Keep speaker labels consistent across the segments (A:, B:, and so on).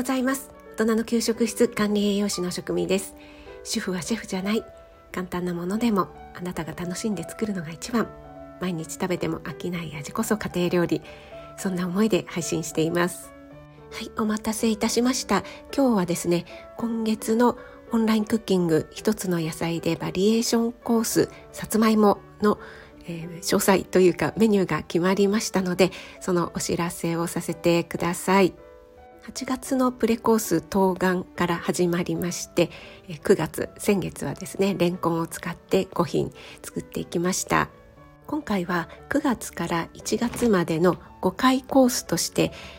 A: ざいます。大人の給食室管理栄養士の食味です。主婦はシェフじゃない。簡単なものでもあなたが楽しんで作るのが一番。毎日食べても飽きない味こそ家庭料理。そんな思いで配信しています。はい、お待たせいたしました。今日はですね、今月のオンラインクッキング一つの野菜でバリエーションコースさつまいもの詳細というかメニューが決まりましたので、そのお知らせをさせてください。8月のプレコース冬瓜から始まりまして、先月はですね、レンコンを使って5品作っていきました。今回は9月から1月までの5回コースとして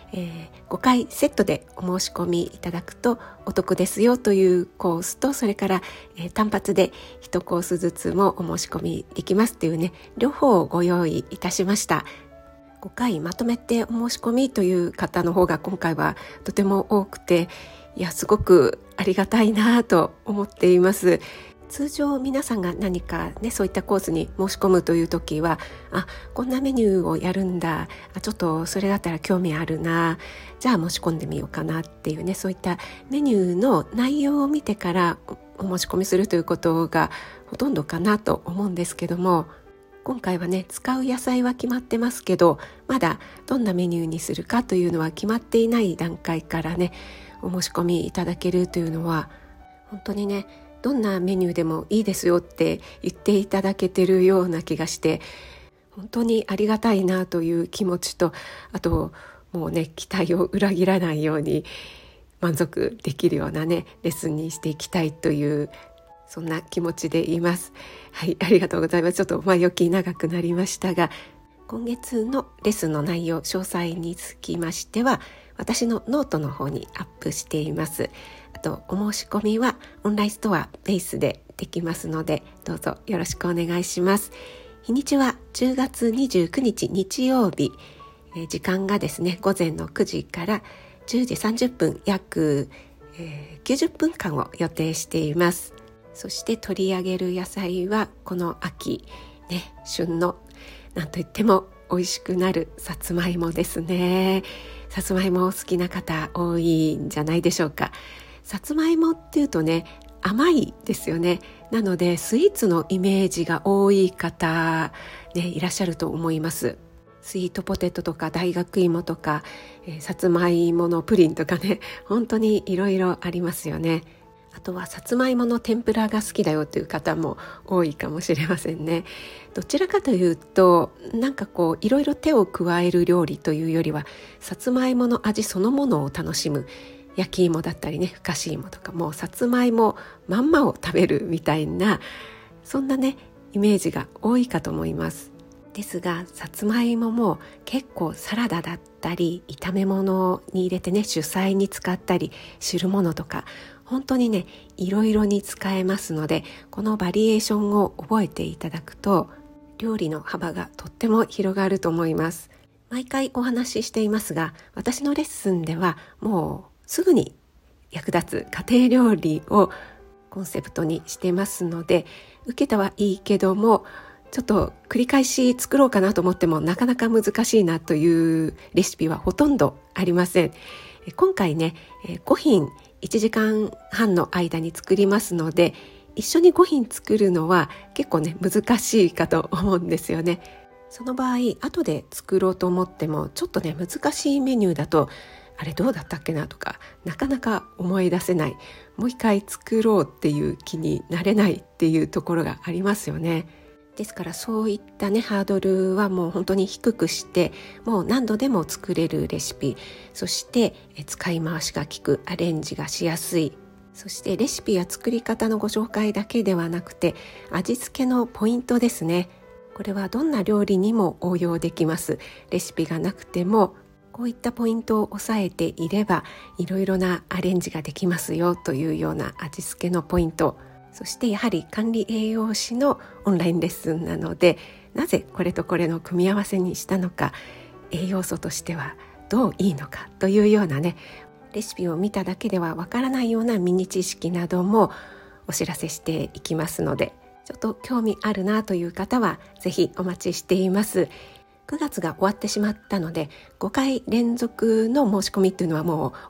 A: 、5回セットでお申し込みいただくとお得ですよというコースと、それから、単発で1コースずつもお申し込みできますというね、両方をご用意いたしました。5回まとめてお申し込みという方の方が今回はとても多くて、すごくありがたいなと思っています。通常皆さんが何かね、そういったコースに申し込むという時は、こんなメニューをやるんだ、ちょっとそれだったら興味あるな、じゃあ申し込んでみようかなっていうね、そういったメニューの内容を見てからお申し込みするということがほとんどかなと思うんですけども、今回はね、使う野菜は決まってますけど、まだどんなメニューにするかというのは決まっていない段階からね、お申し込みいただけるというのは本当にね、どんなメニューでもいいですよって言っていただけてるような気がして、本当にありがたいなという気持ちと、あともうね、期待を裏切らないように満足できるようなね、レッスンにしていきたいというそんな気持ちでいます。はい、ありがとうございます。ちょっと前置き長くなりましたが、今月のレッスンの内容詳細につきましては、私のノートの方にアップしています。あとお申し込みはオンラインストアベースでできますので、どうぞよろしくお願いします。日にちは10月29日日曜日、時間がですね、午前の9時から10時30分、約、90分間を予定しています。そして取り上げる野菜はこの秋、ね、旬のなんといっても美味しくなるさつまいもですね。さつまいもお好きな方多いんじゃないでしょうか。さつまいもっていうとね、甘いですよね。なのでスイーツのイメージが多い方、ね、いらっしゃると思います。スイートポテトとか大学芋とか、さつまいものプリンとかね、本当にいろいろありますよね。あとはさつまいもの天ぷらが好きだよという方も多いかもしれませんね。どちらかというと、なんかこういろいろ手を加える料理というよりは、さつまいもの味そのものを楽しむ、焼き芋だったりね、ふかし芋とか、もうさつまいもまんまを食べるみたいな、そんなねイメージが多いかと思います。ですが、さつまいもも結構サラダだったり炒め物に入れてね、主菜に使ったり汁物とか、本当にねいろいろに使えますので、このバリエーションを覚えていただくと料理の幅がとっても広がると思います。毎回お話ししていますが、私のレッスンではもうすぐに役立つ家庭料理をコンセプトにしてますので、受けたはいいけども、ちょっと繰り返し作ろうかなと思ってもなかなか難しいなというレシピはほとんどありません。今回ね、5品1時間半の間に作りますので、一緒に5品作るのは結構ね難しいかと思うんですよね。その場合後で作ろうと思っても、ちょっとね難しいメニューだと、あれどうだったっけなとか、なかなか思い出せない、もう一回作ろうっていう気になれないっていうところがありますよね。ですからそういったねハードルはもう本当に低くして、もう何度でも作れるレシピ、そして使い回しが効く、アレンジがしやすい、そしてレシピや作り方のご紹介だけではなくて、味付けのポイントですね。これはどんな料理にも応用できます。レシピがなくてもこういったポイントを押さえていれば、いろいろなアレンジができますよというような味付けのポイント。そしてやはり管理栄養士のオンラインレッスンなので、なぜこれとこれの組み合わせにしたのか、栄養素としてはどういいのかというようなね、レシピを見ただけではわからないようなミニ知識などもお知らせしていきますので、ちょっと興味あるなという方はぜひお待ちしています。9月が終わってしまったので、5回連続の申し込みっていうのはもう終わって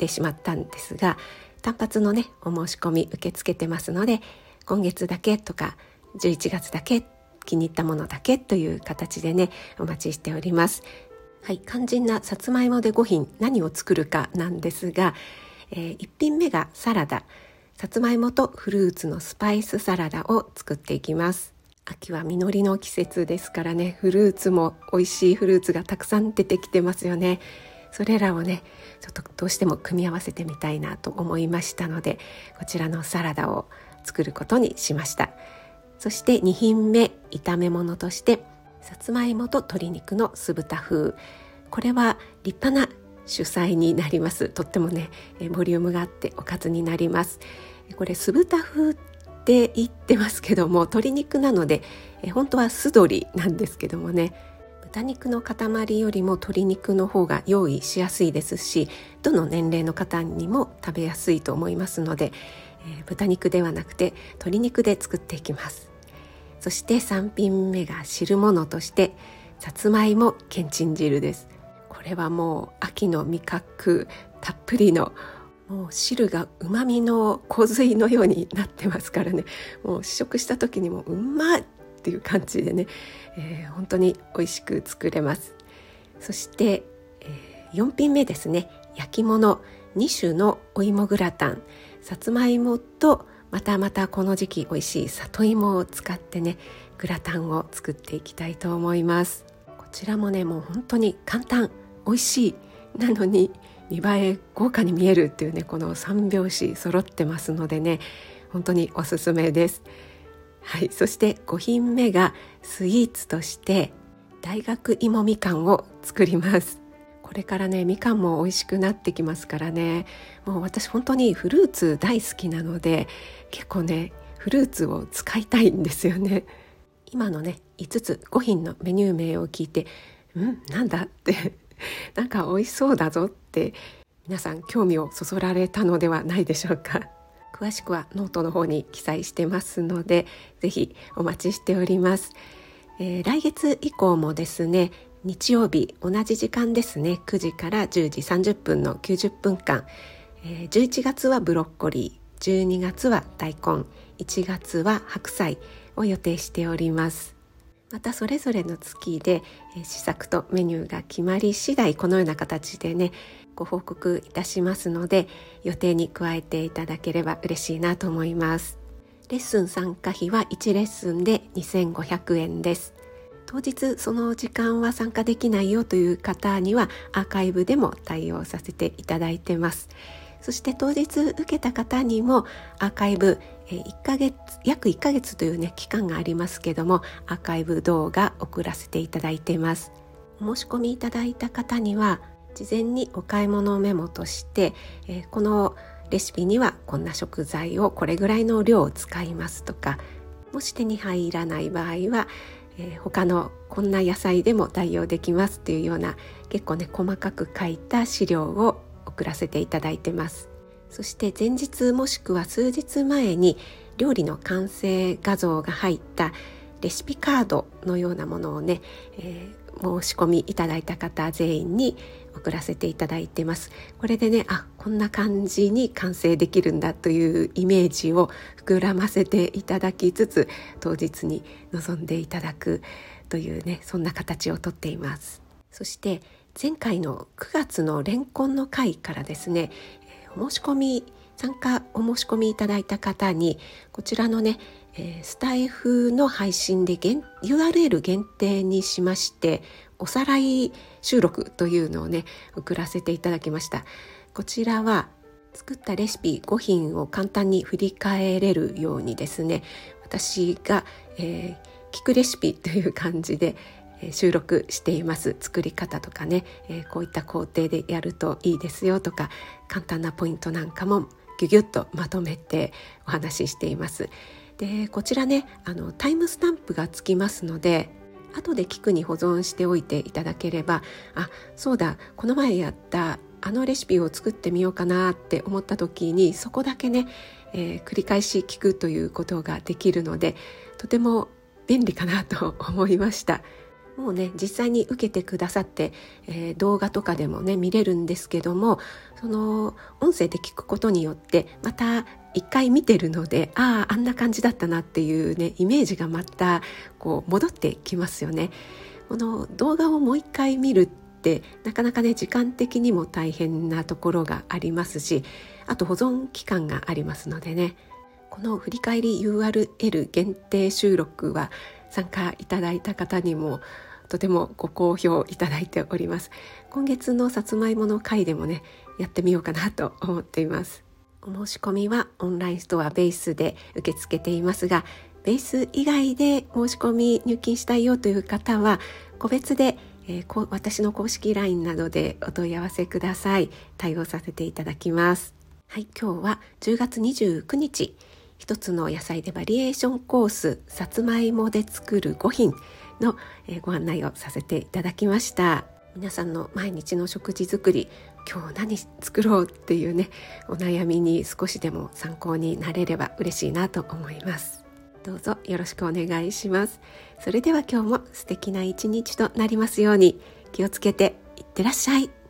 A: てしまったんですが、単発のねお申し込み受け付けてますので、今月だけとか11月だけ、気に入ったものだけという形でねお待ちしております。はい、肝心なさつまいもで5品何を作るかなんですが、1品目がサラダ、さつまいもとフルーツのスパイスサラダを作っていきます。秋は実りの季節ですからね、フルーツも美味しいフルーツがたくさん出てきてますよね。それらをねちょっとどうしても組み合わせてみたいなと思いましたので、こちらのサラダを作ることにしました。そして2品目、炒め物としてさつまいもと鶏肉の酢豚風。これは立派な主菜になります。とってもねボリュームがあっておかずになります。これ酢豚風って言ってますけども、鶏肉なので本当は酢鶏なんですけどもね、豚肉の塊よりも鶏肉の方が用意しやすいですし、どの年齢の方にも食べやすいと思いますので、豚肉ではなくて鶏肉で作っていきます。そして3品目が汁物としてさつまいもけんちん汁です。これはもう秋の味覚たっぷりの、もう汁がうまみの洪水のようになってますからね、もう試食した時にもうまいっていう感じでね、本当に美味しく作れます。そして、4品目ですね、焼き物2種のお芋グラタン、さつまいもとまたこの時期美味しい里芋を使ってねグラタンを作っていきたいと思います。こちらもねもう本当に簡単美味しいなのに見栄え豪華に見えるっていうね、この3拍子揃ってますのでね、本当におすすめです。はい、そして5品目がスイーツとして大学芋みかんを作ります。これからねみかんも美味しくなってきますからね、もう私本当にフルーツ大好きなので、結構ねフルーツを使いたいんですよね。今のね5つ5品のメニュー名を聞いて、なんだってなんか美味しそうだぞって皆さん興味をそそられたのではないでしょうか。詳しくはノートの方に記載してますので、ぜひお待ちしております。来月以降もですね、日曜日同じ時間ですね、9時から10時30分の90分間、11月はブロッコリー、12月は大根、1月は白菜を予定しております。またそれぞれの月で試作とメニューが決まり次第、このような形でねご報告いたしますので、予定に加えていただければ嬉しいなと思います。レッスン参加費は1レッスンで2500円です。当日その時間は参加できないよという方にはアーカイブでも対応させていただいてます。そして当日受けた方にもアーカイブ約1ヶ月というね期間がありますけども、アーカイブ動画送らせていただいています。お申し込みいただいた方には事前にお買い物メモとして、このレシピにはこんな食材をこれぐらいの量を使いますとか、もし手に入らない場合は他のこんな野菜でも代用できますというような結構ね細かく書いた資料を送らせていただいてます。そして前日もしくは数日前に料理の完成画像が入ったレシピカードのようなものをね、申し込みいただいた方全員に送らせていただいてます。これでね、こんな感じに完成できるんだというイメージを膨らませていただきつつ、当日に臨んでいただくというね、そんな形をとっています。そして前回の9月のレンコンの回からですね、お申し込みいただいた方にこちらのね、スタイフの配信でURL 限定にしましておさらい収録というのをね送らせていただきました。こちらは作ったレシピ5品を簡単に振り返れるようにですね、私が、聞くレシピという感じで収録しています。作り方とかね、こういった工程でやるといいですよとか、簡単なポイントなんかもギュギュッとまとめてお話ししています。でこちらねタイムスタンプがつきますので、後で聞くに保存しておいていただければ、そうだこの前やったレシピを作ってみようかなって思った時にそこだけね、繰り返し聞くということができるので、とても便利かなと思いました。 もうね実際に受けてくださって、動画とかでもね見れるんですけども、その音声で聞くことによってまた一回見てるので、あんな感じだったなっていうねイメージがまたこう戻ってきますよね。この動画をもう一回見るってなかなかね時間的にも大変なところがありますし、あと保存期間がありますのでね、この振り返り URL 限定収録は参加いただいた方にもとてもご好評いただいております。今月のさつまいもの回でもねやってみようかなと思っています。お申し込みはオンラインストアベースで受け付けていますが、ベース以外で申し込み入金したいよという方は個別で、私の公式 LINE などでお問い合わせください。対応させていただきます。はい、今日は10月29日、一つの野菜でバリエーションコース、さつまいもで作る5品の、ご案内をさせていただきました。皆さんの毎日の食事作り、今日何作ろうっていうねお悩みに少しでも参考になれれば嬉しいなと思います。どうぞよろしくお願いします。それでは今日も素敵な一日となりますように。気をつけていってらっしゃい。